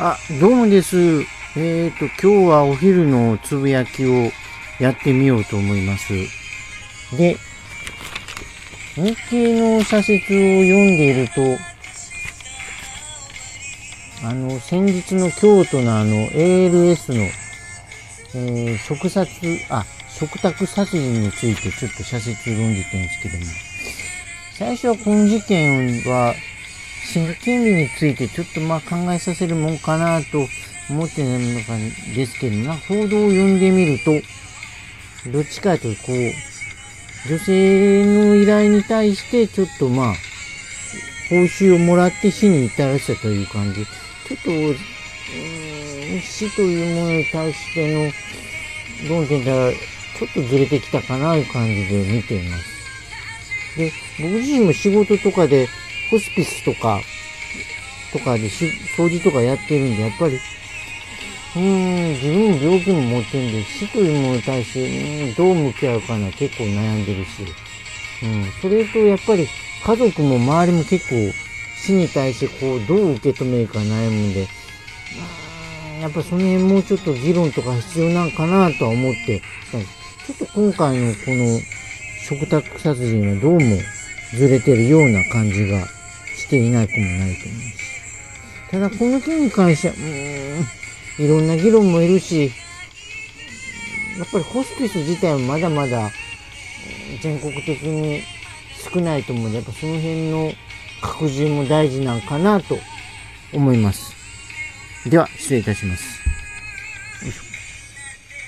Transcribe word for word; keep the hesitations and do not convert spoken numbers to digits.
あ、どうもです。えーと、今日はお昼のつぶやきをやってみようと思います。で、日経の社説を読んでいると、あの、先日の京都のあの、エーエルエス の、えー、食殺、あ、食卓殺人についてちょっと社説を読んでいたんですけども、最初はこの事件は、市民権利についてちょっとまあ考えさせるもんかなと思ってるのかですけど、な報道を読んでみると、どっちかというとこう、女性の依頼に対してちょっとまあ、報酬をもらって死に至らせたという感じ。ちょっと、うーん、死というものに対しての論点がちょっとずれてきたかなという感じで見ています。で、僕自身も仕事とかでホスピスとか、とかでし掃除とかやってるんで、やっぱり、うーん、自分も病気も持ってるんで、死というものに対して、うーん、どう向き合うかな結構悩んでるし、うん、それとやっぱり家族も周りも結構死に対してこう、どう受け止めるか悩むんで、うーん、やっぱその辺もうちょっと議論とか必要なんかなとは思って、ちょっと今回のこの食卓殺人はどうもずれてるような感じがしていないくもないと思います。ただこの件に関しては、うーん、いろんな議論もいるし、やっぱりホスピス自体はまだまだ全国的に少ないと思うので、やっぱその辺の拡充も大事なんかなと思います。では、失礼いたします。よいしょ。